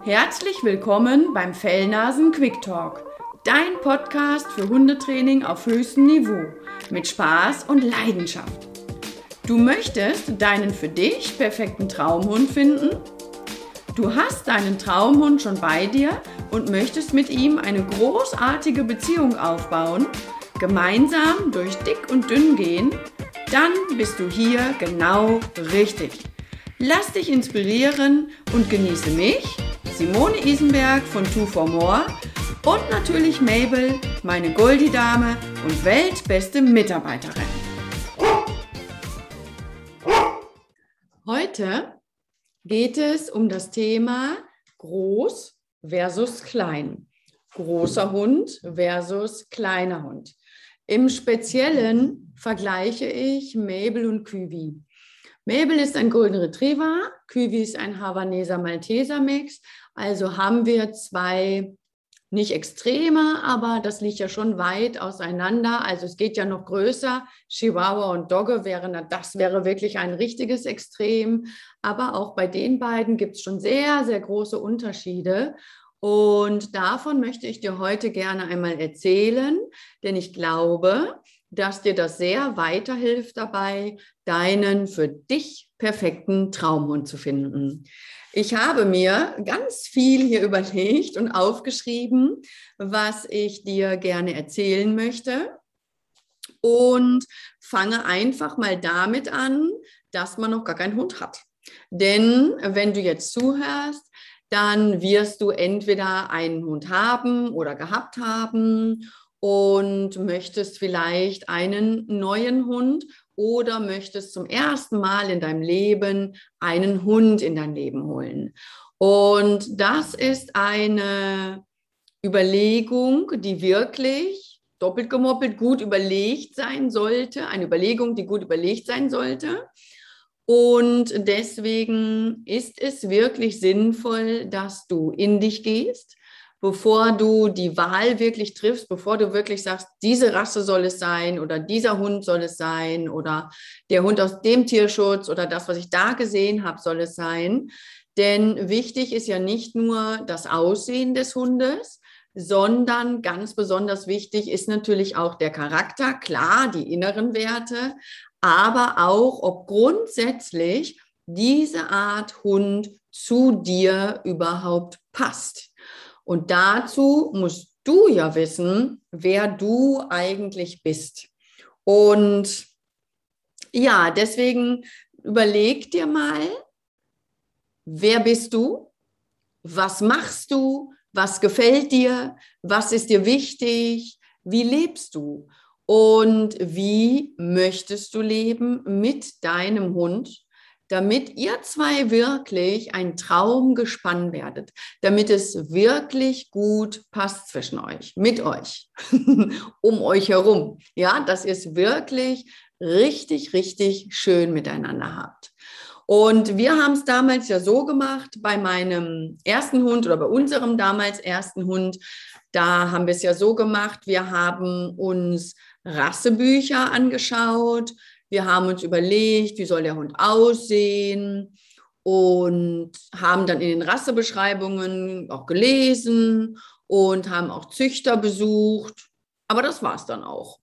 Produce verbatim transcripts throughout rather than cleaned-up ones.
Herzlich willkommen beim Fellnasen Quick Talk, dein Podcast für Hundetraining auf höchstem Niveau mit Spaß und Leidenschaft. Du möchtest deinen für dich perfekten Traumhund finden? Du hast deinen Traumhund schon bei dir und möchtest mit ihm eine großartige Beziehung aufbauen, gemeinsam durch dick und dünn gehen? Dann bist du hier genau richtig. Lass dich inspirieren und genieße mich, Simone Isenberg von Two for More und natürlich Mabel, meine Goldie-Dame und weltbeste Mitarbeiterin. Heute geht es um das Thema groß versus klein. Großer Hund versus kleiner Hund. Im Speziellen vergleiche ich Mabel und Küwi. Mabel ist ein Golden Retriever, Küwi ist ein Havaneser Malteser Mix. Also haben wir zwei, nicht Extreme, aber das liegt ja schon weit auseinander. Also es geht ja noch größer. Chihuahua und Dogge wären, das wäre wirklich ein richtiges Extrem. Aber auch bei den beiden gibt es schon sehr, sehr große Unterschiede. Und davon möchte ich dir heute gerne einmal erzählen, denn ich glaube, dass dir das sehr weiterhilft dabei, deinen für dich perfekten Traumhund zu finden. Ich habe mir ganz viel hier überlegt und aufgeschrieben, was ich dir gerne erzählen möchte und fange einfach mal damit an, dass man noch gar keinen Hund hat. Denn wenn du jetzt zuhörst, dann wirst du entweder einen Hund haben oder gehabt haben und möchtest vielleicht einen neuen Hund oder möchtest zum ersten Mal in deinem Leben einen Hund in dein Leben holen. Und das ist eine Überlegung, die wirklich doppelt gemoppelt gut überlegt sein sollte, eine Überlegung, die gut überlegt sein sollte. Und deswegen ist es wirklich sinnvoll, dass du in dich gehst, bevor du die Wahl wirklich triffst, bevor du wirklich sagst, diese Rasse soll es sein oder dieser Hund soll es sein oder der Hund aus dem Tierschutz oder das, was ich da gesehen habe, soll es sein. Denn wichtig ist ja nicht nur das Aussehen des Hundes, sondern ganz besonders wichtig ist natürlich auch der Charakter, klar, die inneren Werte, aber auch, ob grundsätzlich diese Art Hund zu dir überhaupt passt. Und dazu musst du ja wissen, wer du eigentlich bist. Und ja, deswegen überleg dir mal, wer bist du? Was machst du? Was gefällt dir? Was ist dir wichtig? Wie lebst du? Und wie möchtest du leben mit deinem Hund, damit ihr zwei wirklich ein Traumgespann werdet, damit es wirklich gut passt zwischen euch, mit euch, um euch herum, ja, dass ihr es wirklich richtig, richtig schön miteinander habt. Und wir haben es damals ja so gemacht, bei meinem ersten Hund oder bei unserem damals ersten Hund, da haben wir es ja so gemacht, wir haben uns Rassebücher angeschaut, wir haben uns überlegt, wie soll der Hund aussehen und haben dann in den Rassebeschreibungen auch gelesen und haben auch Züchter besucht. Aber das war es dann auch.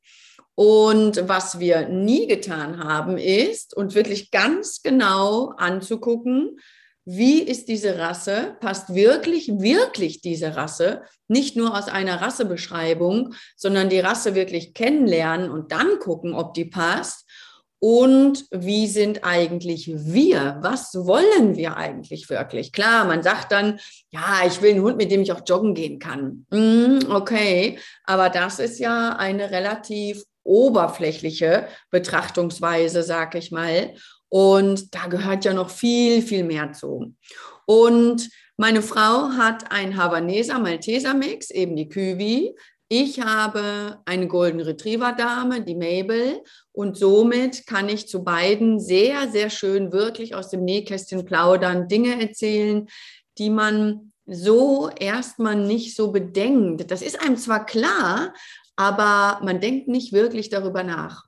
Und was wir nie getan haben, ist, uns wirklich ganz genau anzugucken, wie ist diese Rasse, passt wirklich, wirklich diese Rasse, nicht nur aus einer Rassebeschreibung, sondern die Rasse wirklich kennenlernen und dann gucken, ob die passt. Und wie sind eigentlich wir? Was wollen wir eigentlich wirklich? Klar, man sagt dann, ja, ich will einen Hund, mit dem ich auch joggen gehen kann. Mm, okay, aber das ist ja eine relativ oberflächliche Betrachtungsweise, sag ich mal. Und da gehört ja noch viel, viel mehr zu. Und meine Frau hat einen Havaneser Malteser Mix, eben die Küwi. Ich habe eine Golden Retriever Dame, die Mabel, und somit kann ich zu beiden sehr, sehr schön wirklich aus dem Nähkästchen plaudern, Dinge erzählen, die man so erstmal nicht so bedenkt. Das ist einem zwar klar, aber man denkt nicht wirklich darüber nach.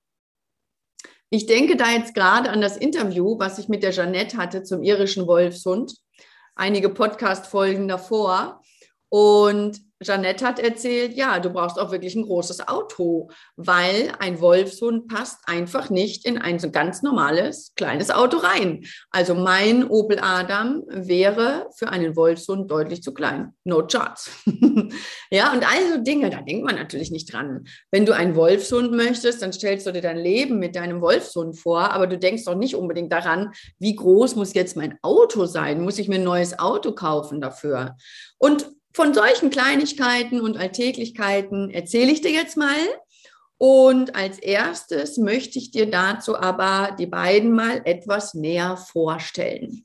Ich denke da jetzt gerade an das Interview, was ich mit der Jeanette hatte zum irischen Wolfshund. einige Podcast-Folgen davor. Und Jeanette hat erzählt, ja, du brauchst auch wirklich ein großes Auto, weil ein Wolfshund passt einfach nicht in ein so ganz normales, kleines Auto rein. Also mein Opel Adam wäre für einen Wolfshund deutlich zu klein. No chance. Ja, und also Dinge, da denkt man natürlich nicht dran. Wenn du einen Wolfshund möchtest, dann stellst du dir dein Leben mit deinem Wolfshund vor, aber du denkst doch nicht unbedingt daran, wie groß muss jetzt mein Auto sein? Muss ich mir ein neues Auto kaufen dafür? Und von solchen Kleinigkeiten und Alltäglichkeiten erzähle ich dir jetzt mal. Und als erstes möchte ich dir dazu aber die beiden mal etwas näher vorstellen.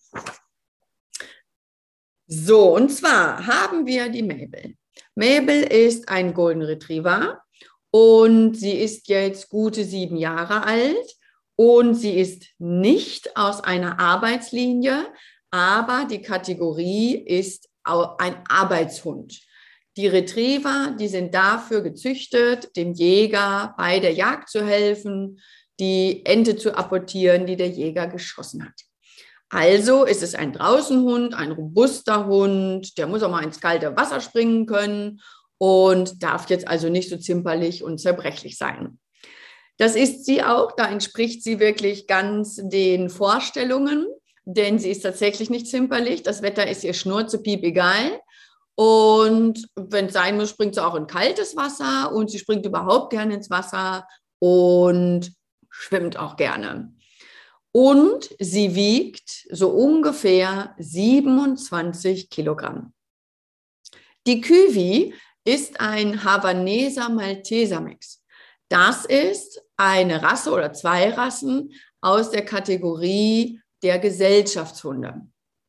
So, und zwar haben wir die Mabel. Mabel ist ein Golden Retriever und sie ist jetzt gute sieben Jahre alt und sie ist nicht aus einer Arbeitslinie, aber die Kategorie ist ein Arbeitshund. Die Retriever, die sind dafür gezüchtet, dem Jäger bei der Jagd zu helfen, die Ente zu apportieren, die der Jäger geschossen hat. Also ist es ein Draußenhund, ein robuster Hund, der muss auch mal ins kalte Wasser springen können und darf jetzt also nicht so zimperlich und zerbrechlich sein. Das ist sie auch, da entspricht sie wirklich ganz den Vorstellungen. Denn sie ist tatsächlich nicht zimperlich. Das Wetter ist ihr schnurzepiep egal. Und wenn es sein muss, springt sie auch in kaltes Wasser und sie springt überhaupt gerne ins Wasser und schwimmt auch gerne. Und sie wiegt so ungefähr siebenundzwanzig Kilogramm. Die Küwi ist ein Havaneser Malteser Mix. Das ist eine Rasse oder zwei Rassen aus der Kategorie der Gesellschaftshunde.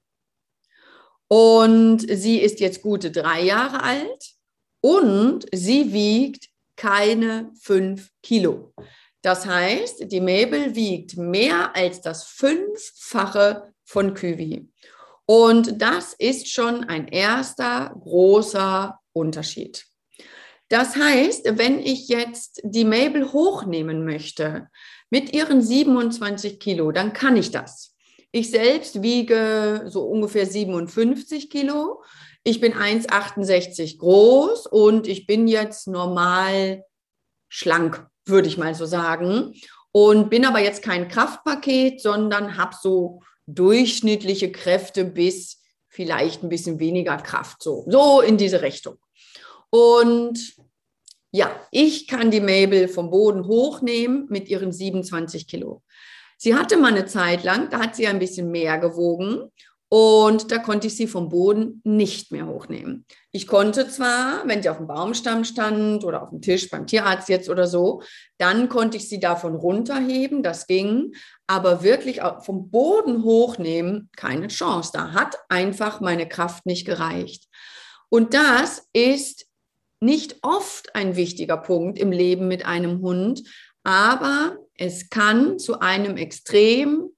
Und sie ist jetzt gute drei Jahre alt und sie wiegt keine fünf Kilo. Das heißt, die Mabel wiegt mehr als das Fünffache von Küwi. Und das ist schon ein erster großer Unterschied. Das heißt, wenn ich jetzt die Mabel hochnehmen möchte mit ihren siebenundzwanzig Kilo, dann kann ich das. Ich selbst wiege so ungefähr siebenundfünfzig Kilo. Ich bin eins Komma achtundsechzig groß und ich bin jetzt normal schlank, würde ich mal so sagen. Und bin aber jetzt kein Kraftpaket, sondern habe so durchschnittliche Kräfte bis vielleicht ein bisschen weniger Kraft. So, so in diese Richtung. Und ja, ich kann die Mabel vom Boden hochnehmen mit ihren siebenundzwanzig Kilo. Sie hatte mal eine Zeit lang, da hat sie ein bisschen mehr gewogen und da konnte ich sie vom Boden nicht mehr hochnehmen. Ich konnte zwar, wenn sie auf dem Baumstamm stand oder auf dem Tisch beim Tierarzt jetzt oder so, dann konnte ich sie davon runterheben, das ging, aber wirklich vom Boden hochnehmen, keine Chance. Da hat einfach meine Kraft nicht gereicht. Und das ist nicht oft ein wichtiger Punkt im Leben mit einem Hund, aber es kann zu einem extrem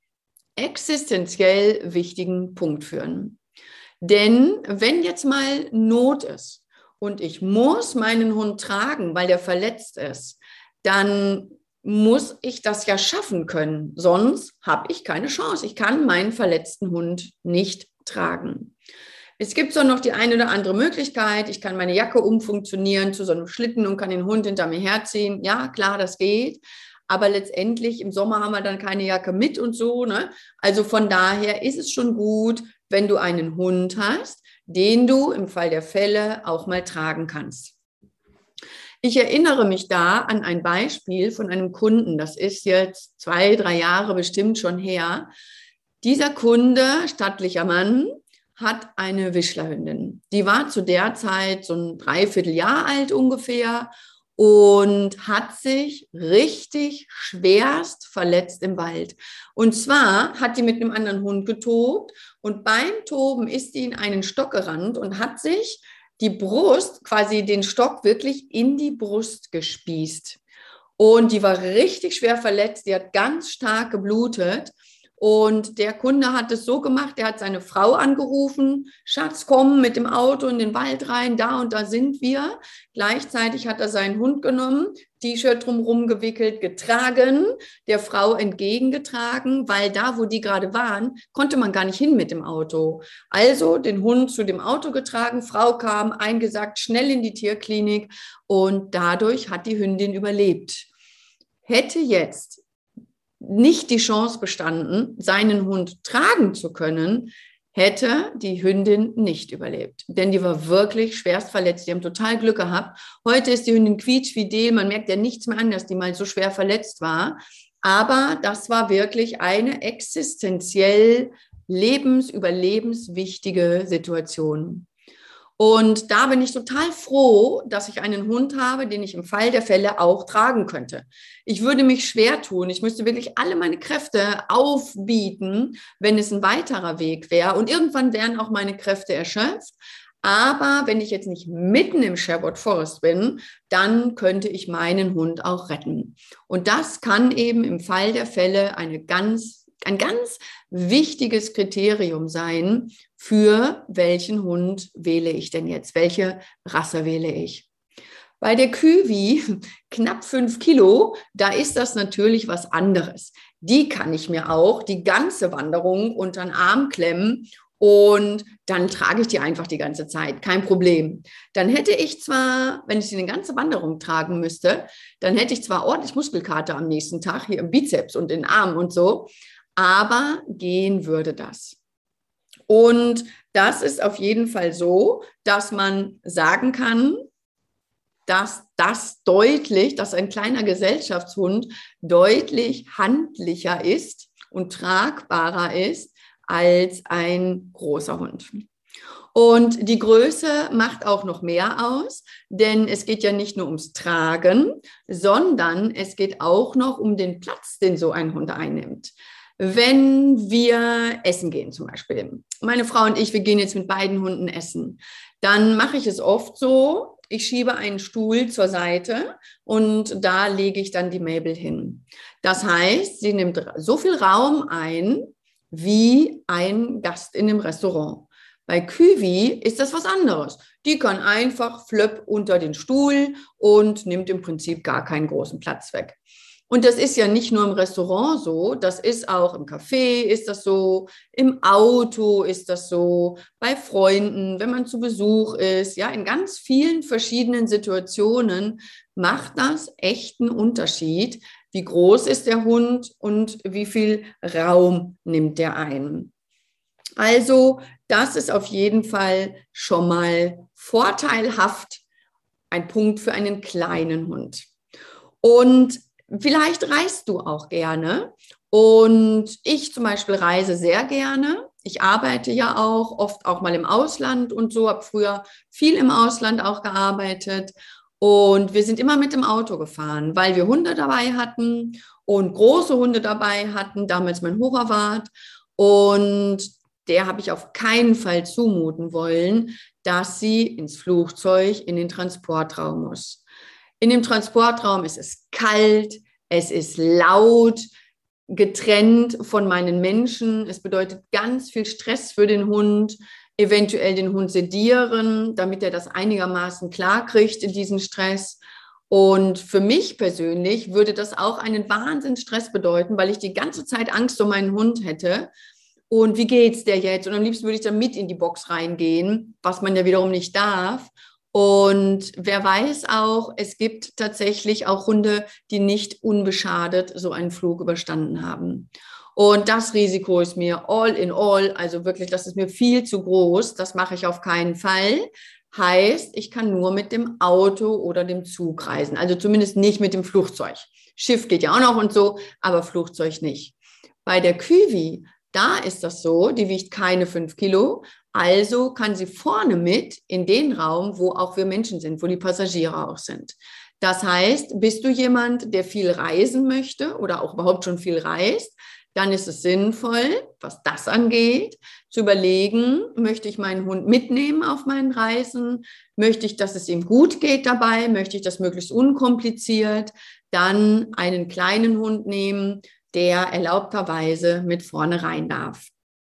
existenziell wichtigen Punkt führen. Denn wenn jetzt mal Not ist und ich muss meinen Hund tragen, weil der verletzt ist, dann muss ich das ja schaffen können. Sonst habe ich keine Chance. Ich kann meinen verletzten Hund nicht tragen. Es gibt so noch die eine oder andere Möglichkeit. Ich kann meine Jacke umfunktionieren zu so einem Schlitten und kann den Hund hinter mir herziehen. Ja, klar, das geht. Aber letztendlich im Sommer haben wir dann keine Jacke mit und so, ne? Also von daher ist es schon gut, wenn du einen Hund hast, den du im Fall der Fälle auch mal tragen kannst. Ich erinnere mich da an ein Beispiel von einem Kunden. Das ist jetzt zwei, drei Jahre bestimmt schon her. Dieser Kunde, stattlicher Mann, hat eine Wischlerhündin. Die war zu der Zeit so ein Dreivierteljahr alt ungefähr und hat sich richtig schwerst verletzt im Wald. Und zwar hat die mit einem anderen Hund getobt und beim Toben ist sie in einen Stock gerannt und hat sich die Brust, quasi den Stock wirklich in die Brust gespießt. Und die war richtig schwer verletzt, die hat ganz stark geblutet. Und der Kunde hat es so gemacht, der hat seine Frau angerufen, Schatz, komm mit dem Auto in den Wald rein, da und da sind wir. Gleichzeitig hat er seinen Hund genommen, T-Shirt drumherum gewickelt, getragen, der Frau entgegengetragen, weil da, wo die gerade waren, konnte man gar nicht hin mit dem Auto. Also den Hund zu dem Auto getragen, Frau kam, eingesackt, schnell in die Tierklinik und dadurch hat die Hündin überlebt. Hätte jetzt nicht die Chance bestanden, seinen Hund tragen zu können, hätte die Hündin nicht überlebt. Denn die war wirklich schwerst verletzt. Die haben total Glück gehabt. Heute ist die Hündin quietschfidel. Man merkt ja nichts mehr an, dass die mal so schwer verletzt war. Aber das war wirklich eine existenziell lebens-, überlebenswichtige Situation. Und da bin ich total froh, dass ich einen Hund habe, den ich im Fall der Fälle auch tragen könnte. Ich würde mich schwer tun. Ich müsste wirklich alle meine Kräfte aufbieten, wenn es ein weiterer Weg wäre. Und irgendwann wären auch meine Kräfte erschöpft. Aber wenn ich jetzt nicht mitten im Sherwood Forest bin, dann könnte ich meinen Hund auch retten. Und das kann eben im Fall der Fälle eine ganz, ein ganz wichtiges Kriterium sein, für welchen Hund wähle ich denn jetzt? Welche Rasse wähle ich? Bei der Küwi, knapp fünf Kilo, da ist das natürlich was anderes. Die kann ich mir auch die ganze Wanderung unter den Arm klemmen und dann trage ich die einfach die ganze Zeit, kein Problem. Dann hätte ich zwar, wenn ich sie eine ganze Wanderung tragen müsste, dann hätte ich zwar ordentlich Muskelkater am nächsten Tag, hier im Bizeps und in den Armen und so, aber gehen würde das. Und das ist auf jeden Fall so, dass man sagen kann, dass das deutlich, dass ein kleiner Gesellschaftshund deutlich handlicher ist und tragbarer ist als ein großer Hund. Und die Größe macht auch noch mehr aus, denn es geht ja nicht nur ums Tragen, sondern es geht auch noch um den Platz, den so ein Hund einnimmt. Wenn wir essen gehen zum Beispiel, meine Frau und ich, wir gehen jetzt mit beiden Hunden essen, dann mache ich es oft so, ich schiebe einen Stuhl zur Seite und da lege ich dann die Mabel hin. Das heißt, sie nimmt so viel Raum ein wie ein Gast in einem Restaurant. Bei Küwi ist das was anderes. Die kann einfach flöpp unter den Stuhl und nimmt im Prinzip gar keinen großen Platz weg. Und das ist ja nicht nur im Restaurant so, das ist auch im Café ist das so, im Auto ist das so, bei Freunden, wenn man zu Besuch ist, ja, in ganz vielen verschiedenen Situationen macht das echt einen Unterschied, wie groß ist der Hund und wie viel Raum nimmt der ein. Also das ist auf jeden Fall schon mal vorteilhaft, ein Punkt für einen kleinen Hund. Und vielleicht reist du auch gerne und ich zum Beispiel reise sehr gerne. Ich arbeite ja auch oft auch mal im Ausland und so, habe früher viel im Ausland auch gearbeitet und wir sind immer mit dem Auto gefahren, weil wir Hunde dabei hatten und große Hunde dabei hatten, damals mein Hochawart, und der habe ich auf keinen Fall zumuten wollen, dass sie ins Flugzeug, in den Transportraum muss. In dem Transportraum ist es kalt, es ist laut, getrennt von meinen Menschen. Es bedeutet ganz viel Stress für den Hund, eventuell den Hund sedieren, damit er das einigermaßen klar kriegt in diesen Stress. Und für mich persönlich würde das auch einen Wahnsinnsstress bedeuten, weil ich die ganze Zeit Angst um meinen Hund hätte. Und wie geht's der jetzt? Und am liebsten würde ich dann mit in die Box reingehen, was man ja wiederum nicht darf. Und wer weiß auch, es gibt tatsächlich auch Hunde, die nicht unbeschadet so einen Flug überstanden haben. Und das Risiko ist mir all in all, also wirklich, das ist mir viel zu groß. Das mache ich auf keinen Fall. Heißt, ich kann nur mit dem Auto oder dem Zug reisen. Also zumindest nicht mit dem Flugzeug. Schiff geht ja auch noch und so, aber Flugzeug nicht. Bei der Küwi, da ist das so, die wiegt keine fünf Kilo. Also kann sie vorne mit in den Raum, wo auch wir Menschen sind, wo die Passagiere auch sind. Das heißt, bist du jemand, der viel reisen möchte oder auch überhaupt schon viel reist, dann ist es sinnvoll, was das angeht, zu überlegen, möchte ich meinen Hund mitnehmen auf meinen Reisen? Möchte ich, dass es ihm gut geht dabei? Möchte ich das möglichst unkompliziert? Dann einen kleinen Hund nehmen, der erlaubterweise mit vorne rein darf.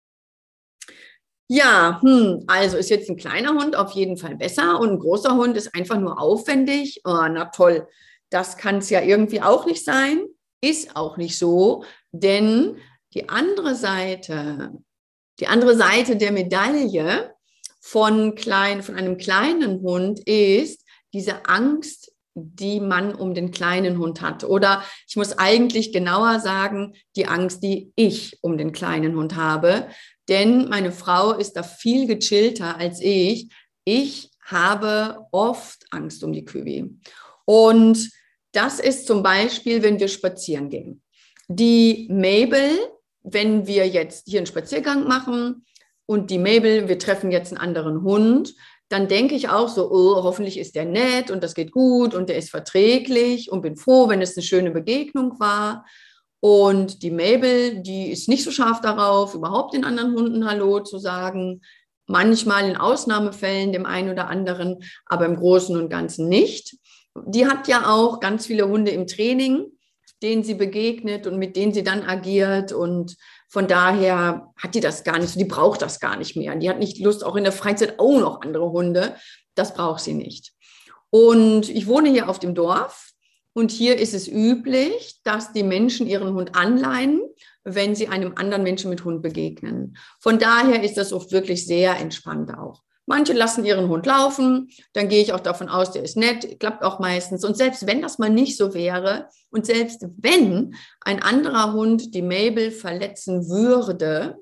Ja, hm, also ist jetzt ein kleiner Hund auf jeden Fall besser und ein großer Hund ist einfach nur aufwendig. Oh, na toll, das kann es ja irgendwie auch nicht sein. Ist auch nicht so, denn die andere Seite, die andere Seite der Medaille von, klein, von einem kleinen Hund ist diese Angst, die man um den kleinen Hund hat. Oder ich muss eigentlich genauer sagen, die Angst, die ich um den kleinen Hund habe. Denn meine Frau ist da viel gechillter als ich. Ich habe oft Angst um die Küwi. Und das ist zum Beispiel, wenn wir spazieren gehen. Die Mabel, wenn wir jetzt hier einen Spaziergang machen und die Mabel, wir treffen jetzt einen anderen Hund, dann denke ich auch so, oh, hoffentlich ist der nett und das geht gut und der ist verträglich und bin froh, wenn es eine schöne Begegnung war. Und die Mabel, die ist nicht so scharf darauf, überhaupt den anderen Hunden Hallo zu sagen. Manchmal in Ausnahmefällen dem einen oder anderen, aber im Großen und Ganzen nicht. Die hat ja auch ganz viele Hunde im Training, denen sie begegnet und mit denen sie dann agiert. Und von daher hat die das gar nicht, die braucht das gar nicht mehr. Die hat nicht Lust, auch in der Freizeit auch noch andere Hunde. Das braucht sie nicht. Und ich wohne hier auf dem Dorf. Und hier ist es üblich, dass die Menschen ihren Hund anleihen, wenn sie einem anderen Menschen mit Hund begegnen. Von daher ist das oft wirklich sehr entspannt auch. Manche lassen ihren Hund laufen, dann gehe ich auch davon aus, der ist nett, klappt auch meistens. Und selbst wenn das mal nicht so wäre und selbst wenn ein anderer Hund die Mabel verletzen würde,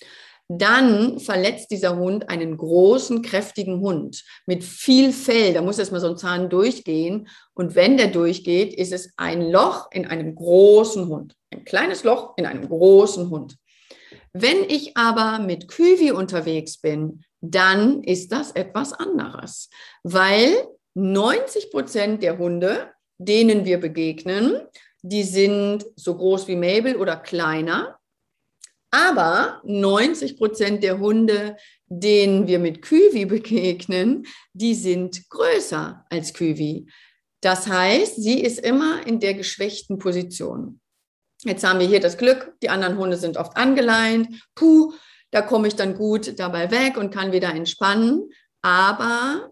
dann verletzt dieser Hund einen großen, kräftigen Hund mit viel Fell. Da muss erstmal so ein Zahn durchgehen. Und wenn der durchgeht, ist es ein Loch in einem großen Hund. Ein kleines Loch in einem großen Hund. Wenn ich aber mit Küwi unterwegs bin, dann ist das etwas anderes. Weil neunzig Prozent der Hunde, denen wir begegnen, die sind so groß wie Mabel oder kleiner. Aber neunzig Prozent der Hunde, denen wir mit Küwi begegnen, die sind größer als Küwi. Das heißt, sie ist immer in der geschwächten Position. Jetzt haben wir hier das Glück, die anderen Hunde sind oft angeleint. Puh, da komme ich dann gut dabei weg und kann wieder entspannen. Aber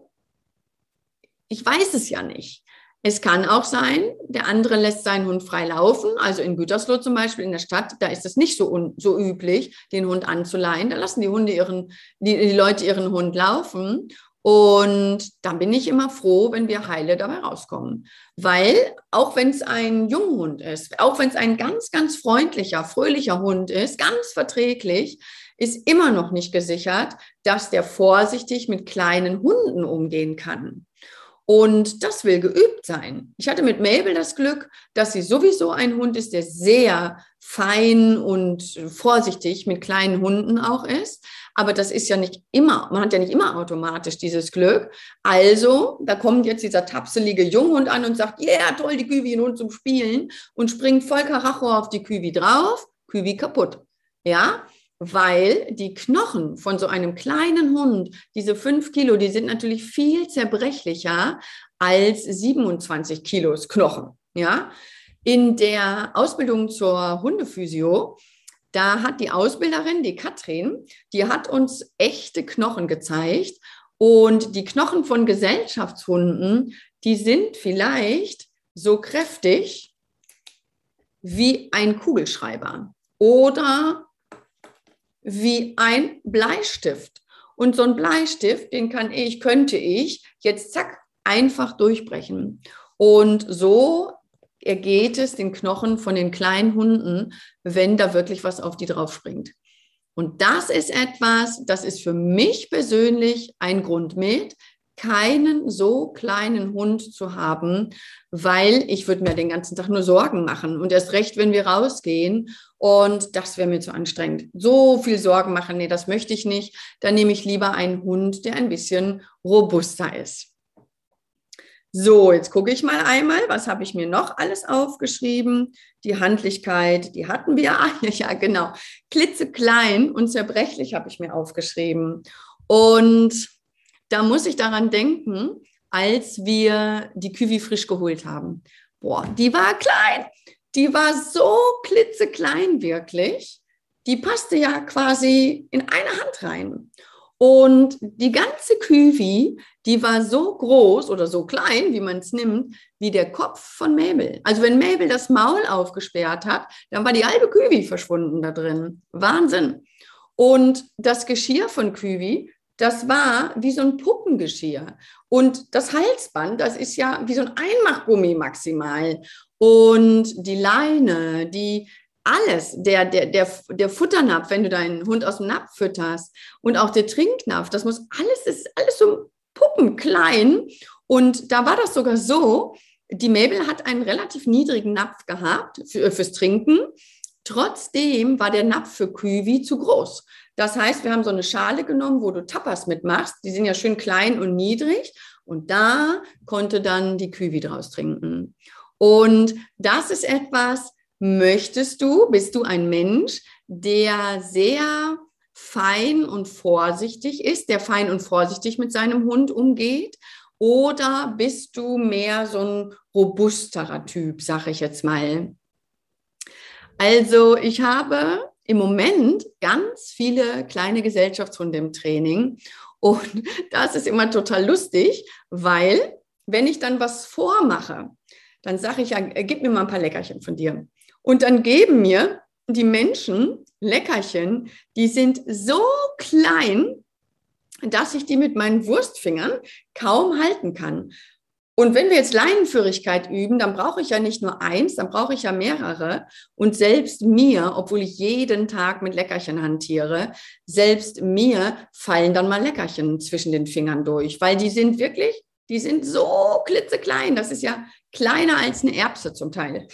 ich weiß es ja nicht. Es kann auch sein, der andere lässt seinen Hund frei laufen. Also in Gütersloh zum Beispiel in der Stadt, da ist es nicht so, un, so üblich, den Hund anzuleihen. Da lassen die Hunde ihren, die, die Leute ihren Hund laufen. Und dann bin ich immer froh, wenn wir heile dabei rauskommen. Weil auch wenn es ein Junghund ist, auch wenn es ein ganz, ganz freundlicher, fröhlicher Hund ist, ganz verträglich, ist immer noch nicht gesichert, dass der vorsichtig mit kleinen Hunden umgehen kann. Und das will geübt sein. Ich hatte mit Mabel das Glück, dass sie sowieso ein Hund ist, der sehr fein und vorsichtig mit kleinen Hunden auch ist. Aber das ist ja nicht immer, man hat ja nicht immer automatisch dieses Glück. Also, da kommt jetzt dieser tapselige Junghund an und sagt, ja, yeah, toll, die Küwi, ein Hund zum Spielen und springt voll Karacho auf die Küwi drauf, Küwi kaputt. Ja, weil die Knochen von so einem kleinen Hund, diese fünf Kilo, die sind natürlich viel zerbrechlicher als siebenundzwanzig Kilos Knochen. Ja? In der Ausbildung zur Hundephysio, da hat die Ausbilderin, die Katrin, die hat uns echte Knochen gezeigt. Und die Knochen von Gesellschaftshunden, die sind vielleicht so kräftig wie ein Kugelschreiber oder wie ein Bleistift. Und so ein Bleistift, den kann ich, könnte ich jetzt zack einfach durchbrechen. Und so ergeht es den Knochen von den kleinen Hunden, wenn da wirklich was auf die drauf springt. Und das ist etwas, das ist für mich persönlich ein Grund mit, keinen so kleinen Hund zu haben, weil ich würde mir den ganzen Tag nur Sorgen machen und erst recht, wenn wir rausgehen und das wäre mir zu anstrengend. So viel Sorgen machen, nee, das möchte ich nicht. Dann nehme ich lieber einen Hund, der ein bisschen robuster ist. So, jetzt gucke ich mal einmal, was habe ich mir noch alles aufgeschrieben? Die Handlichkeit, die hatten wir. Ah, ja, genau. Klitzeklein und zerbrechlich habe ich mir aufgeschrieben. Und da muss ich daran denken, als wir die Küwi frisch geholt haben. Boah, die war klein. die war so klitzeklein wirklich, die passte ja quasi in eine Hand rein. Und die ganze Küwi, die war so groß oder so klein, wie man es nimmt, wie der Kopf von Mabel. Also wenn Mabel das Maul aufgesperrt hat, dann war die halbe Küwi verschwunden da drin. Wahnsinn. Und das Geschirr von Küwi, das war wie so ein Puppengeschirr. Und das Halsband, das ist ja wie so ein Einmachgummi maximal. Und die Leine, die alles, der, der, der, der Futternapf, wenn du deinen Hund aus dem Napf fütterst und auch der Trinknapf, das muss alles, das ist alles so puppenklein. Und da war das sogar so, die Mabel hat einen relativ niedrigen Napf gehabt für, fürs Trinken. Trotzdem war der Napf für Küwi zu groß. Das heißt, wir haben so eine Schale genommen, wo du Tapas mitmachst. Die sind ja schön klein und niedrig. Und da konnte dann die Küwi draus trinken. Und das ist etwas, möchtest du, bist du ein Mensch, der sehr fein und vorsichtig ist, der fein und vorsichtig mit seinem Hund umgeht? Oder bist du mehr so ein robusterer Typ, sage ich jetzt mal? Also ich habe im Moment ganz viele kleine Gesellschaftshunde im Training und das ist immer total lustig, weil wenn ich dann was vormache, dann sage ich ja, gib mir mal ein paar Leckerchen von dir. Und dann geben mir die Menschen Leckerchen, die sind so klein, dass ich die mit meinen Wurstfingern kaum halten kann. Und wenn wir jetzt Leinenführigkeit üben, dann brauche ich ja nicht nur eins, dann brauche ich ja mehrere. Und selbst mir, obwohl ich jeden Tag mit Leckerchen hantiere, selbst mir fallen dann mal Leckerchen zwischen den Fingern durch, weil die sind wirklich, die sind so klitzeklein. Das ist ja kleiner als eine Erbse zum Teil.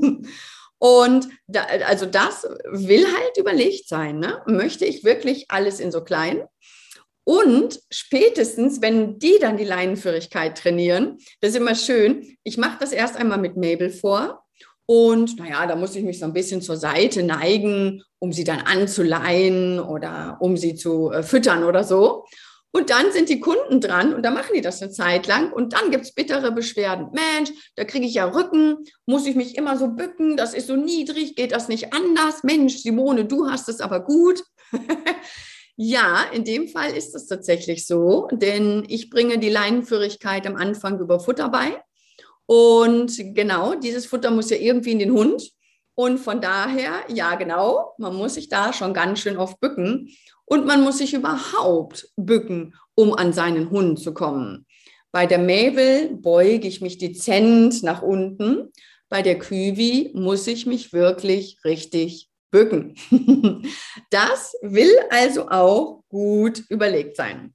Und da, also das will halt überlegt sein, ne? Möchte ich wirklich alles in so klein? Und spätestens, wenn die dann die Leinenführigkeit trainieren, das ist immer schön, ich mache das erst einmal mit Mabel vor und naja, da muss ich mich so ein bisschen zur Seite neigen, um sie dann anzuleihen oder um sie zu äh, füttern oder so. Und dann sind die Kunden dran und dann machen die das eine Zeit lang und dann gibt es bittere Beschwerden. Mensch, da kriege ich ja Rücken, muss ich mich immer so bücken, das ist so niedrig, geht das nicht anders? Mensch, Simone, du hast es aber gut. Ja, in dem Fall ist es tatsächlich so, denn ich bringe die Leinenführigkeit am Anfang über Futter bei und genau, dieses Futter muss ja irgendwie in den Hund und von daher, ja genau, man muss sich da schon ganz schön oft bücken und man muss sich überhaupt bücken, um an seinen Hund zu kommen. Bei der Mabel beuge ich mich dezent nach unten, bei der Küwi muss ich mich wirklich richtig bücken. Das will also auch gut überlegt sein.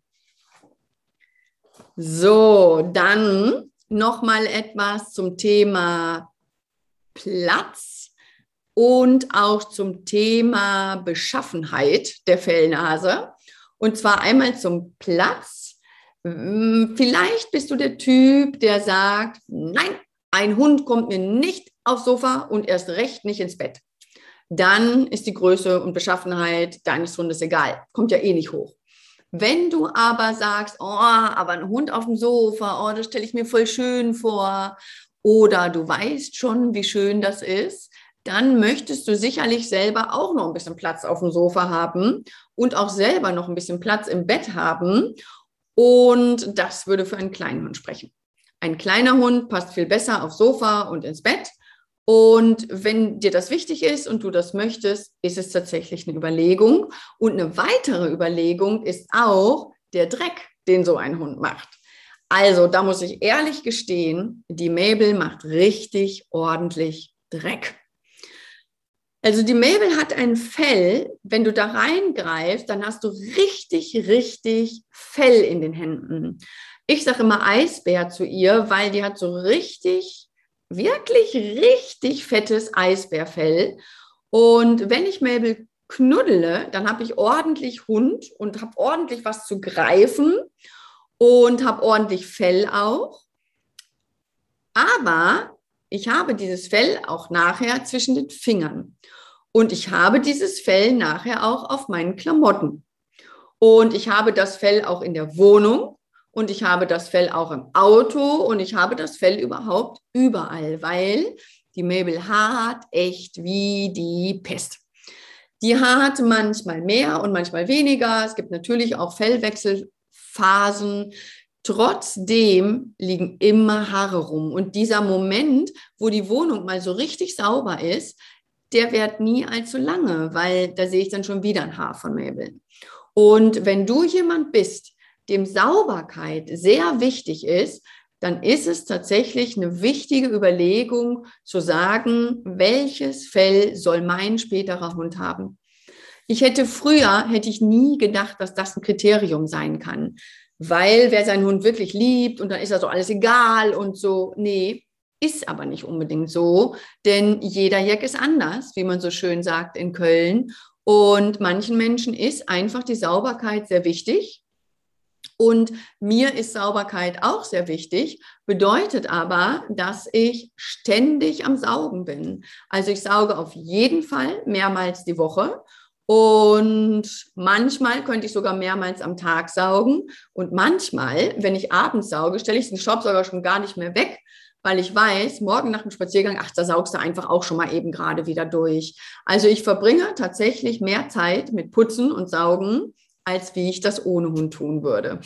So, dann noch mal etwas zum Thema Platz und auch zum Thema Beschaffenheit der Fellnase. Und zwar einmal zum Platz. Vielleicht bist du der Typ, der sagt, nein, ein Hund kommt mir nicht aufs Sofa und erst recht nicht ins Bett. Dann ist die Größe und Beschaffenheit deines Hundes egal. Kommt ja eh nicht hoch. Wenn du aber sagst, oh, aber ein Hund auf dem Sofa, oh, das stelle ich mir voll schön vor, oder du weißt schon, wie schön das ist, dann möchtest du sicherlich selber auch noch ein bisschen Platz auf dem Sofa haben und auch selber noch ein bisschen Platz im Bett haben. Und das würde für einen kleinen Hund sprechen. Ein kleiner Hund passt viel besser aufs Sofa und ins Bett. Und wenn dir das wichtig ist und du das möchtest, ist es tatsächlich eine Überlegung. Und eine weitere Überlegung ist auch der Dreck, den so ein Hund macht. Also da muss ich ehrlich gestehen, die Mabel macht richtig ordentlich Dreck. Also die Mabel hat ein Fell, wenn du da reingreifst, dann hast du richtig, richtig Fell in den Händen. Ich sage immer Eisbär zu ihr, weil die hat so richtig wirklich richtig fettes Eisbärfell. Und wenn ich Mabel knuddele, dann habe ich ordentlich Hund und habe ordentlich was zu greifen und habe ordentlich Fell auch. Aber ich habe dieses Fell auch nachher zwischen den Fingern. Und ich habe dieses Fell nachher auch auf meinen Klamotten. Und ich habe das Fell auch in der Wohnung. Und ich habe das Fell auch im Auto und ich habe das Fell überhaupt überall, weil Die Mabel haart echt wie die Pest. Die haart manchmal mehr und manchmal weniger. Es gibt natürlich auch Fellwechselphasen. Trotzdem liegen immer Haare rum. Und dieser Moment, wo die Wohnung mal so richtig sauber ist, der währt nie allzu lange, weil da sehe ich dann schon wieder ein Haar von Mabel. Und wenn du jemand bist, dem Sauberkeit sehr wichtig ist, dann ist es tatsächlich eine wichtige Überlegung zu sagen, welches Fell soll mein späterer Hund haben. Ich hätte früher, hätte ich nie gedacht, dass das ein Kriterium sein kann, weil wer seinen Hund wirklich liebt und dann ist also alles egal und so, nee, ist aber nicht unbedingt so, denn jeder Jack ist anders, wie man so schön sagt in Köln. Und manchen Menschen ist einfach die Sauberkeit sehr wichtig. Und mir ist Sauberkeit auch sehr wichtig, bedeutet aber, dass ich ständig am Saugen bin. Also ich sauge auf jeden Fall mehrmals die Woche und manchmal könnte ich sogar mehrmals am Tag saugen. Und manchmal, wenn ich abends sauge, stelle ich den Staubsauger schon gar nicht mehr weg, weil ich weiß, morgen nach dem Spaziergang, ach, da saugst du einfach auch schon mal eben gerade wieder durch. Also ich verbringe tatsächlich mehr Zeit mit Putzen und Saugen, als wie ich das ohne Hund tun würde.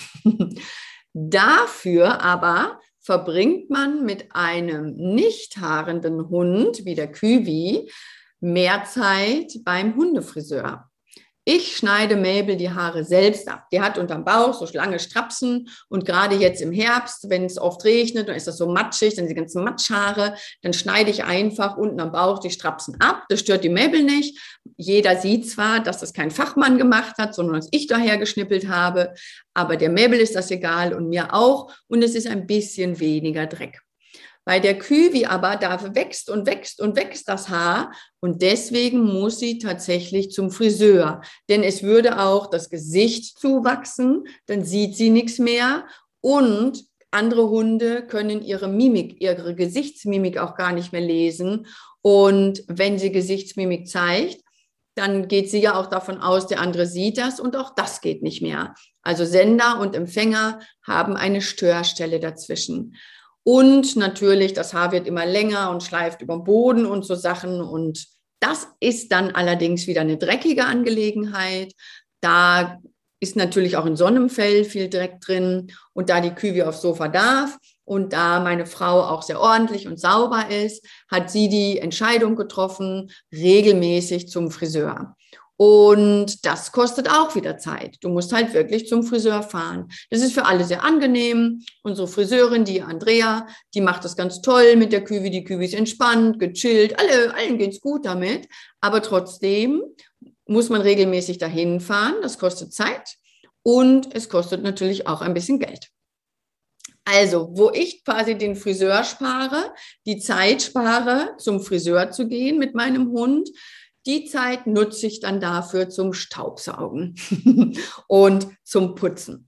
Dafür aber verbringt man mit einem nicht haarenden Hund, wie der Küwi, mehr Zeit beim Hundefriseur. Ich schneide Mabel die Haare selbst ab. Die hat unterm Bauch so lange Strapsen und gerade jetzt im Herbst, wenn es oft regnet, dann ist das so matschig, dann die ganzen Matschhaare, dann schneide ich einfach unten am Bauch die Strapsen ab. Das stört die Mabel nicht. Jeder sieht zwar, dass das kein Fachmann gemacht hat, sondern dass ich daher geschnippelt habe, aber der Mabel ist das egal und mir auch und es ist ein bisschen weniger Dreck. Bei der Küwi aber, da wächst und wächst und wächst das Haar und deswegen muss sie tatsächlich zum Friseur. Denn es würde auch das Gesicht zuwachsen, dann sieht sie nichts mehr und andere Hunde können ihre Mimik, ihre Gesichtsmimik auch gar nicht mehr lesen. Und wenn sie Gesichtsmimik zeigt, dann geht sie ja auch davon aus, der andere sieht das und auch das geht nicht mehr. Also Sender und Empfänger haben eine Störstelle dazwischen. Und natürlich, das Haar wird immer länger und schleift über den Boden und so Sachen. Und das ist dann allerdings wieder eine dreckige Angelegenheit. Da ist natürlich auch in so einem Fell viel Dreck drin. Und da die Küwi aufs Sofa darf und da meine Frau auch sehr ordentlich und sauber ist, hat sie die Entscheidung getroffen, regelmäßig zum Friseur. Und das kostet auch wieder Zeit. Du musst halt wirklich zum Friseur fahren. Das ist für alle sehr angenehm. Unsere Friseurin, die Andrea, die macht das ganz toll mit der Küwi. Die Küwi ist entspannt, gechillt. Alle, allen geht's gut damit. Aber trotzdem muss man regelmäßig dahin fahren. Das kostet Zeit und es kostet natürlich auch ein bisschen Geld. Also, wo ich quasi den Friseur spare, die Zeit spare, zum Friseur zu gehen mit meinem Hund, die Zeit nutze ich dann dafür zum Staubsaugen und zum Putzen.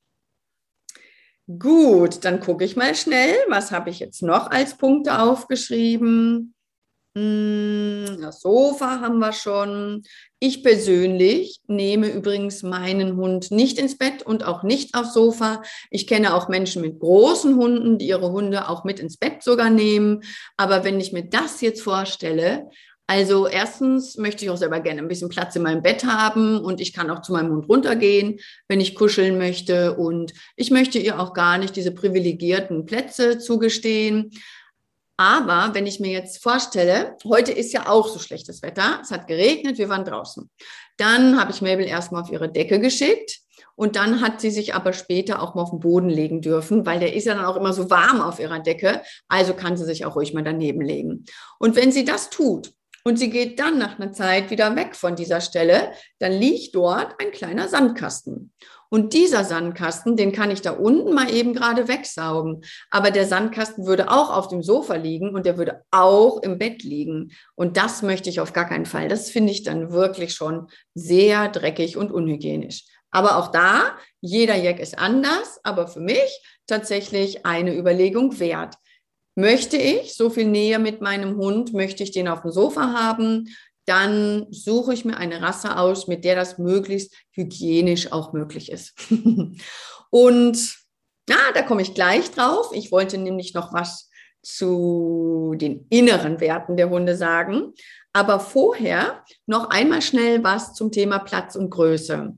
Gut, dann gucke ich mal schnell, was habe ich jetzt noch als Punkte aufgeschrieben? Das Sofa haben wir schon. Ich persönlich nehme übrigens meinen Hund nicht ins Bett und auch nicht aufs Sofa. Ich kenne auch Menschen mit großen Hunden, die ihre Hunde auch mit ins Bett sogar nehmen. Aber wenn ich mir das jetzt vorstelle, also erstens möchte ich auch selber gerne ein bisschen Platz in meinem Bett haben und ich kann auch zu meinem Hund runtergehen, wenn ich kuscheln möchte. Und ich möchte ihr auch gar nicht diese privilegierten Plätze zugestehen. Aber wenn ich mir jetzt vorstelle, heute ist ja auch so schlechtes Wetter, es hat geregnet, wir waren draußen. Dann habe ich Mabel erstmal auf ihre Decke geschickt und dann hat sie sich aber später auch mal auf den Boden legen dürfen, weil der ist ja dann auch immer so warm auf ihrer Decke, also kann sie sich auch ruhig mal daneben legen. Und wenn sie das tut, und sie geht dann nach einer Zeit wieder weg von dieser Stelle, dann liegt dort ein kleiner Sandkasten. Und dieser Sandkasten, den kann ich da unten mal eben gerade wegsaugen. Aber der Sandkasten würde auch auf dem Sofa liegen und der würde auch im Bett liegen. Und das möchte ich auf gar keinen Fall. Das finde ich dann wirklich schon sehr dreckig und unhygienisch. Aber auch da, jeder Jack ist anders, aber für mich tatsächlich eine Überlegung wert. Möchte ich so viel Nähe mit meinem Hund, möchte ich den auf dem Sofa haben, dann suche ich mir eine Rasse aus, mit der das möglichst hygienisch auch möglich ist. Und ja, da komme ich gleich drauf. Ich wollte nämlich noch was zu den inneren Werten der Hunde sagen. Aber vorher noch einmal schnell was zum Thema Platz und Größe.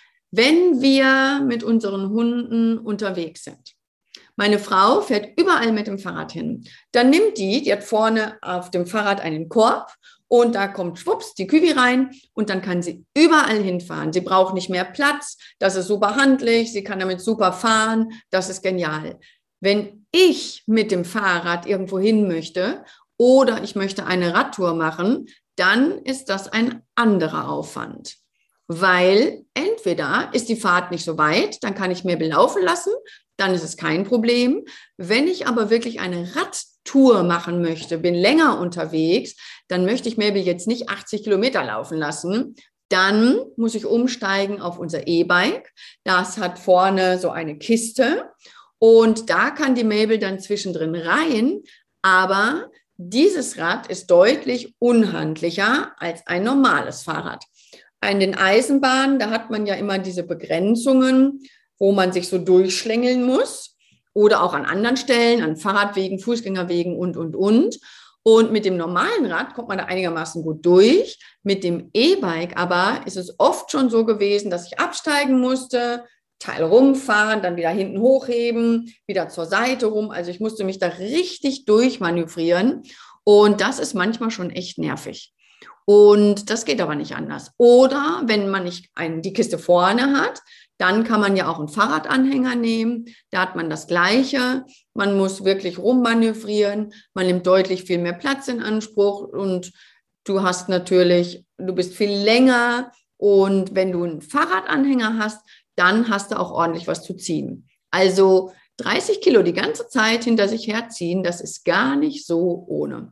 Wenn wir mit unseren Hunden unterwegs sind, meine Frau fährt überall mit dem Fahrrad hin, dann nimmt die, die hat vorne auf dem Fahrrad einen Korb und da kommt schwupps die Kübi rein und dann kann sie überall hinfahren. Sie braucht nicht mehr Platz, das ist super handlich, sie kann damit super fahren, das ist genial. Wenn ich mit dem Fahrrad irgendwo hin möchte oder ich möchte eine Radtour machen, dann ist das ein anderer Aufwand. Weil entweder ist die Fahrt nicht so weit, dann kann ich mir belaufen lassen, dann ist es kein Problem. Wenn ich aber wirklich eine Radtour machen möchte, bin länger unterwegs, dann möchte ich Mabel jetzt nicht achtzig Kilometer laufen lassen. Dann muss ich umsteigen auf unser E-Bike. Das hat vorne so eine Kiste und da kann die Mabel dann zwischendrin rein, aber dieses Rad ist deutlich unhandlicher als ein normales Fahrrad. An den Eisenbahnen, da hat man ja immer diese Begrenzungen, wo man sich so durchschlängeln muss oder auch an anderen Stellen, an Fahrradwegen, Fußgängerwegen und, und, und. Und mit dem normalen Rad kommt man da einigermaßen gut durch. Mit dem E-Bike aber ist es oft schon so gewesen, dass ich absteigen musste, Teil rumfahren, dann wieder hinten hochheben, wieder zur Seite rum. Also ich musste mich da richtig durchmanövrieren und das ist manchmal schon echt nervig. Und das geht aber nicht anders. Oder wenn man nicht ein, die Kiste vorne hat, dann kann man ja auch einen Fahrradanhänger nehmen. Da hat man das Gleiche. Man muss wirklich rummanövrieren. Man nimmt deutlich viel mehr Platz in Anspruch und du hast natürlich, du bist viel länger. Und wenn du einen Fahrradanhänger hast, dann hast du auch ordentlich was zu ziehen. Also dreißig Kilo die ganze Zeit hinter sich herziehen, das ist gar nicht so ohne.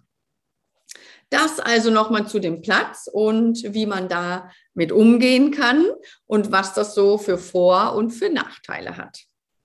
Das also nochmal zu dem Platz und wie man da mit umgehen kann und was das so für Vor- und für Nachteile hat.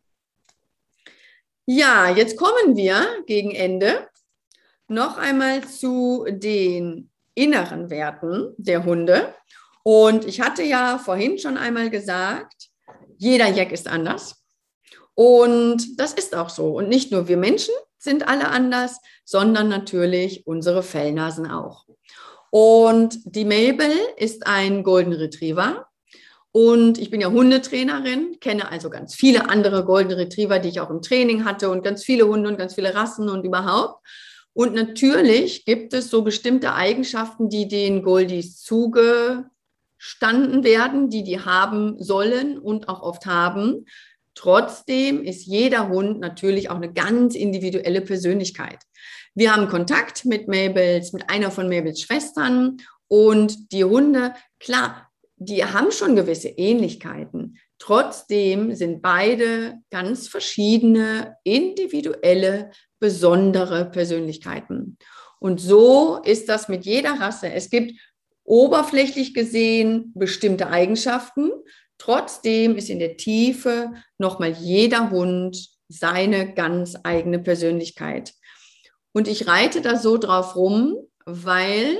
Ja, jetzt kommen wir gegen Ende noch einmal zu den inneren Werten der Hunde. Und ich hatte ja vorhin schon einmal gesagt, jeder Jack ist anders. Und das ist auch so. Und nicht nur wir Menschen sind alle anders, sondern natürlich unsere Fellnasen auch. Und die Mabel ist ein Golden Retriever. Und ich bin ja Hundetrainerin, kenne also ganz viele andere Golden Retriever, die ich auch im Training hatte und ganz viele Hunde und ganz viele Rassen und überhaupt. Und natürlich gibt es so bestimmte Eigenschaften, die den Goldies zugestanden werden, die die haben sollen und auch oft haben. Trotzdem ist jeder Hund natürlich auch eine ganz individuelle Persönlichkeit. Wir haben Kontakt mit Mabels, mit einer von Mabels Schwestern und die Hunde, klar, die haben schon gewisse Ähnlichkeiten. Trotzdem sind beide ganz verschiedene, individuelle, besondere Persönlichkeiten. Und so ist das mit jeder Rasse. Es gibt oberflächlich gesehen bestimmte Eigenschaften. Trotzdem ist in der Tiefe nochmal jeder Hund seine ganz eigene Persönlichkeit. Und ich reite da so drauf rum, weil,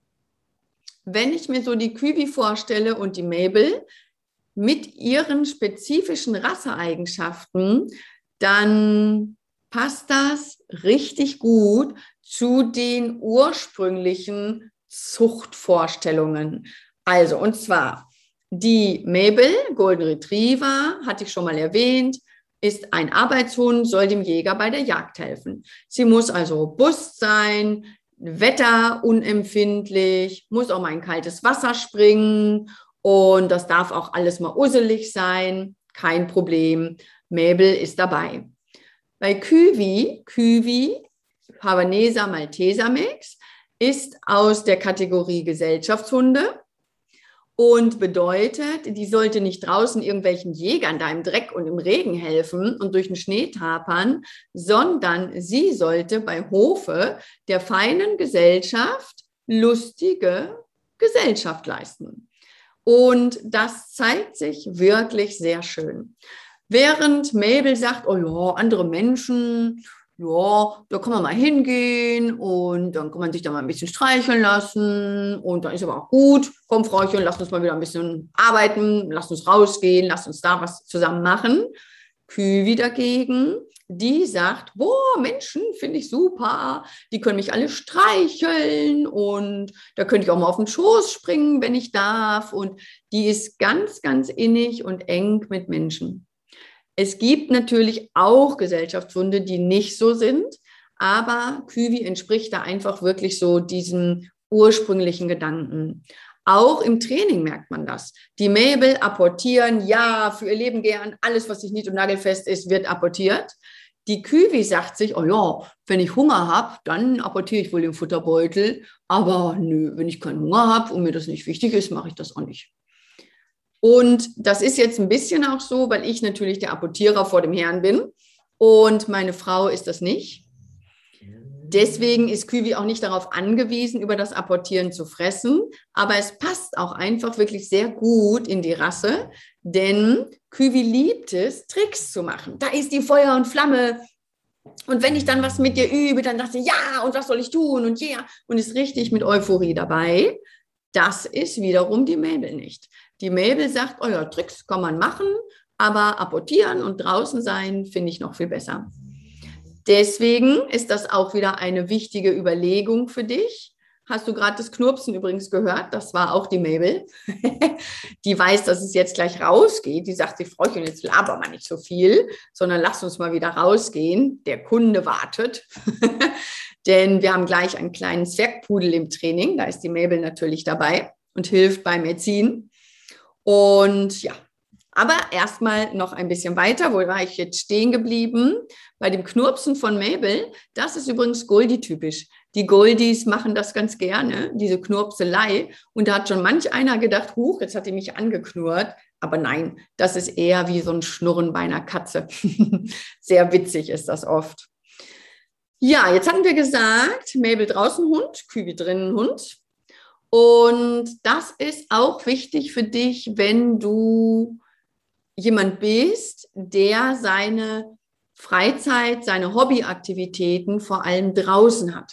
wenn ich mir so die Kübi vorstelle und die Mabel mit ihren spezifischen Rasseeigenschaften, dann passt das richtig gut zu den ursprünglichen Zuchtvorstellungen. Also, und zwar die Mabel, Golden Retriever, hatte ich schon mal erwähnt, ist ein Arbeitshund, soll dem Jäger bei der Jagd helfen. Sie muss also robust sein, wetterunempfindlich, muss auch mal in kaltes Wasser springen und das darf auch alles mal usselig sein, kein Problem. Mabel ist dabei. Bei Küwi, Küwi, Havaneser Malteser Mix, ist aus der Kategorie Gesellschaftshunde. Und bedeutet, die sollte nicht draußen irgendwelchen Jägern da im Dreck und im Regen helfen und durch den Schnee tapern, sondern sie sollte bei Hofe der feinen Gesellschaft lustige Gesellschaft leisten. Und das zeigt sich wirklich sehr schön. Während Mabel sagt, oh ja, andere Menschen, ja, da kann man mal hingehen und dann kann man sich da mal ein bisschen streicheln lassen und dann ist aber auch gut. Komm, Frauchen, lass uns mal wieder ein bisschen arbeiten, lass uns rausgehen, lass uns da was zusammen machen. Küwi dagegen die sagt, boah, Menschen finde ich super, die können mich alle streicheln und da könnte ich auch mal auf den Schoß springen, wenn ich darf. Und die ist ganz, ganz innig und eng mit Menschen. Es gibt natürlich auch Gesellschaftshunde, die nicht so sind, aber Küwi entspricht da einfach wirklich so diesem ursprünglichen Gedanken. Auch im Training merkt man das. Die Mabel apportieren, ja, für ihr Leben gern, alles, was nicht nied- und nagelfest ist, wird apportiert. Die Küwi sagt sich, oh ja, wenn ich Hunger habe, dann apportiere ich wohl den Futterbeutel, aber nö, wenn ich keinen Hunger habe und mir das nicht wichtig ist, mache ich das auch nicht. Und das ist jetzt ein bisschen auch so, weil ich natürlich der Apportierer vor dem Herrn bin und meine Frau ist das nicht. Deswegen ist Küwi auch nicht darauf angewiesen, über das Apportieren zu fressen, aber es passt auch einfach wirklich sehr gut in die Rasse, denn Küwi liebt es, Tricks zu machen. Da ist die Feuer und Flamme und wenn ich dann was mit dir übe, dann sagt sie, ja, und was soll ich tun und ja, und ist richtig mit Euphorie dabei. Das ist wiederum die Mabel nicht. Die Mabel sagt, oh ja, Tricks kann man machen, aber apportieren und draußen sein finde ich noch viel besser. Deswegen ist das auch wieder eine wichtige Überlegung für dich. Hast du gerade das Knurpsen übrigens gehört? Das war auch die Mabel. Die weiß, dass es jetzt gleich rausgeht. Die sagt sich, Frauchen, jetzt laber mal nicht so viel, sondern lass uns mal wieder rausgehen. Der Kunde wartet. Denn wir haben gleich einen kleinen Zwergpudel im Training. Da ist die Mabel natürlich dabei und hilft beim Erziehen. Und ja, aber erstmal noch ein bisschen weiter. Wo war ich jetzt stehen geblieben? Bei dem Knurpsen von Mabel, das ist übrigens Goldie-typisch. Die Goldies machen das ganz gerne, diese Knurpselei. Und da hat schon manch einer gedacht, huch, jetzt hat die mich angeknurrt. Aber nein, das ist eher wie so ein Schnurren bei einer Katze. Sehr witzig ist das oft. Ja, jetzt hatten wir gesagt, Mabel draußen Hund, Küwi drinnen Hund. Und das ist auch wichtig für dich, wenn du jemand bist, der seine Freizeit, seine Hobbyaktivitäten vor allem draußen hat.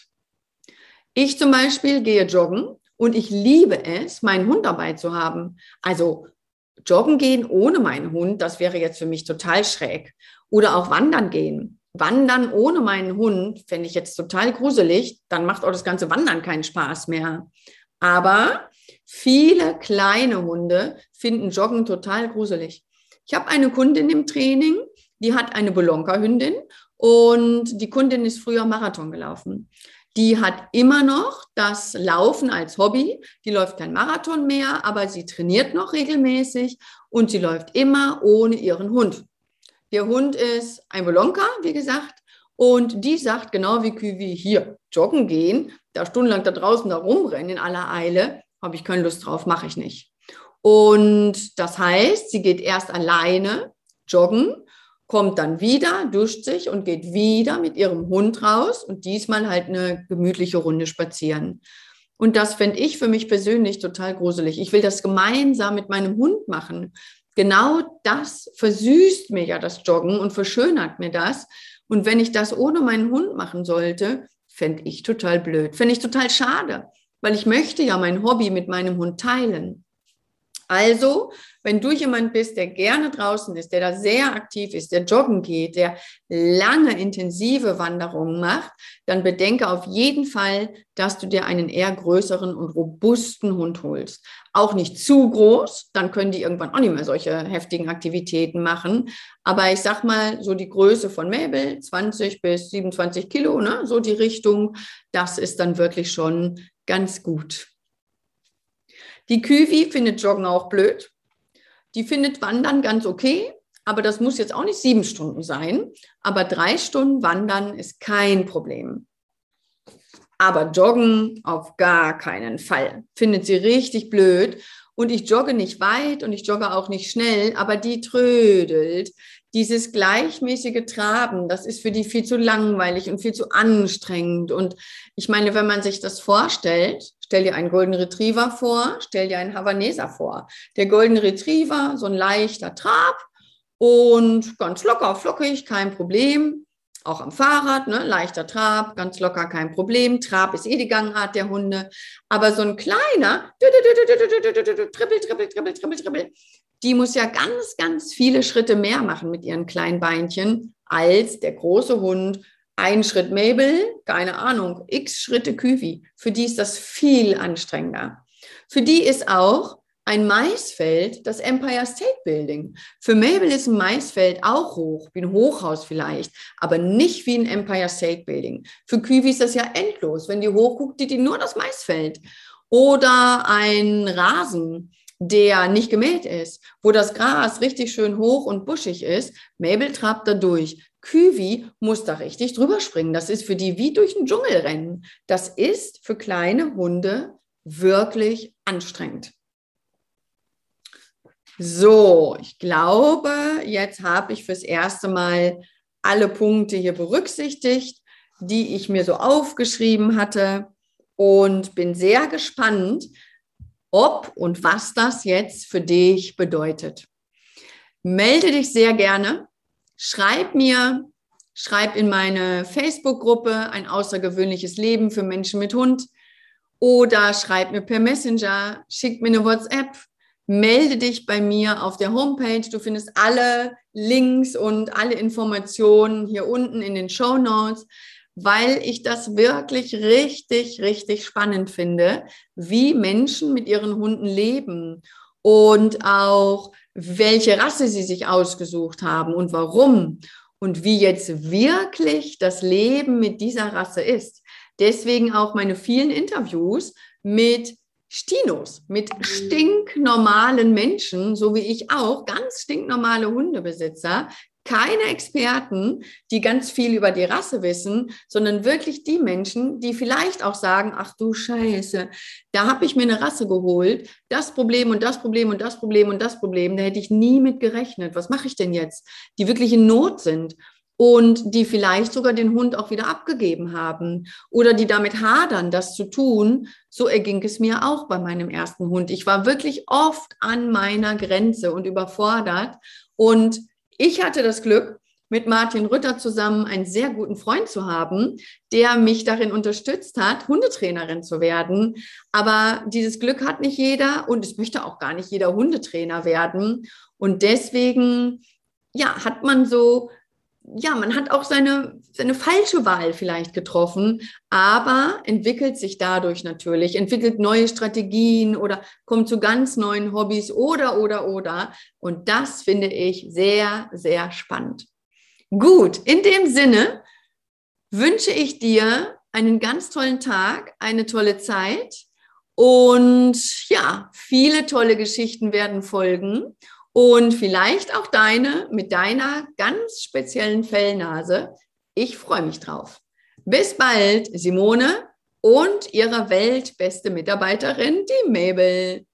Ich zum Beispiel gehe joggen und ich liebe es, meinen Hund dabei zu haben. Also joggen gehen ohne meinen Hund, das wäre jetzt für mich total schräg. Oder auch wandern gehen. Wandern ohne meinen Hund fände ich jetzt total gruselig. Dann macht auch das ganze Wandern keinen Spaß mehr. Aber viele kleine Hunde finden Joggen total gruselig. Ich habe eine Kundin im Training, die hat eine Bolonka-Hündin und die Kundin ist früher Marathon gelaufen. Die hat immer noch das Laufen als Hobby. Die läuft kein Marathon mehr, aber sie trainiert noch regelmäßig und sie läuft immer ohne ihren Hund. Der Hund ist ein Bolonka, wie gesagt, und die sagt genau wie Küwi, hier, joggen gehen, da stundenlang da draußen da rumrennen in aller Eile, habe ich keine Lust drauf, mache ich nicht. Und das heißt, sie geht erst alleine joggen, kommt dann wieder, duscht sich und geht wieder mit ihrem Hund raus und diesmal halt eine gemütliche Runde spazieren. Und das fände ich für mich persönlich total gruselig. Ich will das gemeinsam mit meinem Hund machen. Genau das versüßt mir ja das Joggen und verschönert mir das. Und wenn ich das ohne meinen Hund machen sollte, fände ich total blöd. Fände ich total schade, weil ich möchte ja mein Hobby mit meinem Hund teilen. Also, wenn du jemand bist, der gerne draußen ist, der da sehr aktiv ist, der joggen geht, der lange intensive Wanderungen macht, dann bedenke auf jeden Fall, dass du dir einen eher größeren und robusten Hund holst. Auch nicht zu groß, dann können die irgendwann auch nicht mehr solche heftigen Aktivitäten machen. Aber ich sag mal, so die Größe von Mabel, zwanzig bis siebenundzwanzig Kilo, ne? So die Richtung, das ist dann wirklich schon ganz gut. Die Küwi findet Joggen auch blöd. Die findet Wandern ganz okay, aber das muss jetzt auch nicht sieben Stunden sein. Aber drei Stunden Wandern ist kein Problem. Aber Joggen auf gar keinen Fall. Findet sie richtig blöd. Und ich jogge nicht weit und ich jogge auch nicht schnell, aber die trödelt. Dieses gleichmäßige Traben, das ist für die viel zu langweilig und viel zu anstrengend. Und ich meine, wenn man sich das vorstellt, stell dir einen Golden Retriever vor, stell dir einen Havaneser vor. Der Golden Retriever, so ein leichter Trab und ganz locker, flockig, kein Problem. Auch am Fahrrad, ne? Leichter Trab, ganz locker, kein Problem. Trab ist eh die Gangart der Hunde. Aber so ein kleiner, trippel, trippel, trippel, trippel, trippel, die muss ja ganz, ganz viele Schritte mehr machen mit ihren kleinen Beinchen. als der große Hund. Ein Schritt Mabel, keine Ahnung, x Schritte Küwi. Für die ist das viel anstrengender. Für die ist auch ein Maisfeld das Empire State Building. Für Mabel ist ein Maisfeld auch hoch, wie ein Hochhaus vielleicht, aber nicht wie ein Empire State Building. Für Küwi ist das ja endlos. Wenn die hochguckt, sieht die nur das Maisfeld. Oder ein Rasen, der nicht gemäht ist, wo das Gras richtig schön hoch und buschig ist. Mabel trabt da durch. Küwi muss da richtig drüber springen. Das ist für die wie durch den Dschungel rennen. Das ist für kleine Hunde wirklich anstrengend. So, ich glaube, jetzt habe ich fürs erste Mal alle Punkte hier berücksichtigt, die ich mir so aufgeschrieben hatte und bin sehr gespannt, ob und was das jetzt für dich bedeutet. Melde dich sehr gerne. Schreib mir, schreib in meine Facebook-Gruppe ein außergewöhnliches Leben für Menschen mit Hund oder schreib mir per Messenger, schick mir eine WhatsApp, melde dich bei mir auf der Homepage. Du findest alle Links und alle Informationen hier unten in den Shownotes, weil ich das wirklich richtig, richtig spannend finde, wie Menschen mit ihren Hunden leben und auch welche Rasse sie sich ausgesucht haben und warum und wie jetzt wirklich das Leben mit dieser Rasse ist. Deswegen auch meine vielen Interviews mit Stinos, mit stinknormalen Menschen, so wie ich auch, ganz stinknormale Hundebesitzer, keine Experten, die ganz viel über die Rasse wissen, sondern wirklich die Menschen, die vielleicht auch sagen, ach du Scheiße, da habe ich mir eine Rasse geholt, das Problem und das Problem und das Problem und das Problem, da hätte ich nie mit gerechnet. Was mache ich denn jetzt? Die wirklich in Not sind und die vielleicht sogar den Hund auch wieder abgegeben haben oder die damit hadern, das zu tun. So erging es mir auch bei meinem ersten Hund. Ich war wirklich oft an meiner Grenze und überfordert und ich hatte das Glück, mit Martin Rütter zusammen einen sehr guten Freund zu haben, der mich darin unterstützt hat, Hundetrainerin zu werden. Aber dieses Glück hat nicht jeder und es möchte auch gar nicht jeder Hundetrainer werden. Und deswegen, ja, hat man so, ja, man hat auch seine, seine falsche Wahl vielleicht getroffen, aber entwickelt sich dadurch natürlich, entwickelt neue Strategien oder kommt zu ganz neuen Hobbys oder, oder, oder. Und das finde ich sehr, sehr spannend. Gut, in dem Sinne wünsche ich dir einen ganz tollen Tag, eine tolle Zeit und ja, viele tolle Geschichten werden folgen. Und vielleicht auch deine mit deiner ganz speziellen Fellnase. Ich freue mich drauf. Bis bald, Simone und ihre weltbeste Mitarbeiterin, die Mabel.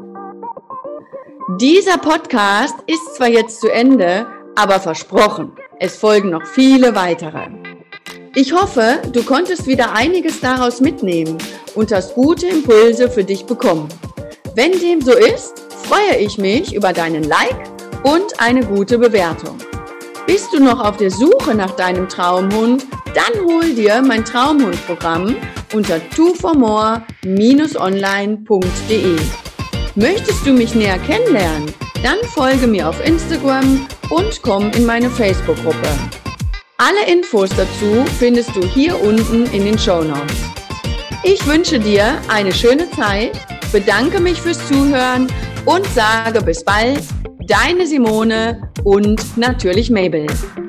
Dieser Podcast ist zwar jetzt zu Ende, aber versprochen, es folgen noch viele weitere. Ich hoffe, du konntest wieder einiges daraus mitnehmen und hast gute Impulse für dich bekommen. Wenn dem so ist, freue ich mich über deinen Like und eine gute Bewertung. Bist du noch auf der Suche nach deinem Traumhund? Dann hol dir mein Traumhundprogramm unter two for more dash online punkt de. Möchtest du mich näher kennenlernen? Dann folge mir auf Instagram und komm in meine Facebook-Gruppe. Alle Infos dazu findest du hier unten in den Shownotes. Ich wünsche dir eine schöne Zeit, bedanke mich fürs Zuhören und sage bis bald, deine Simone und natürlich Mabel.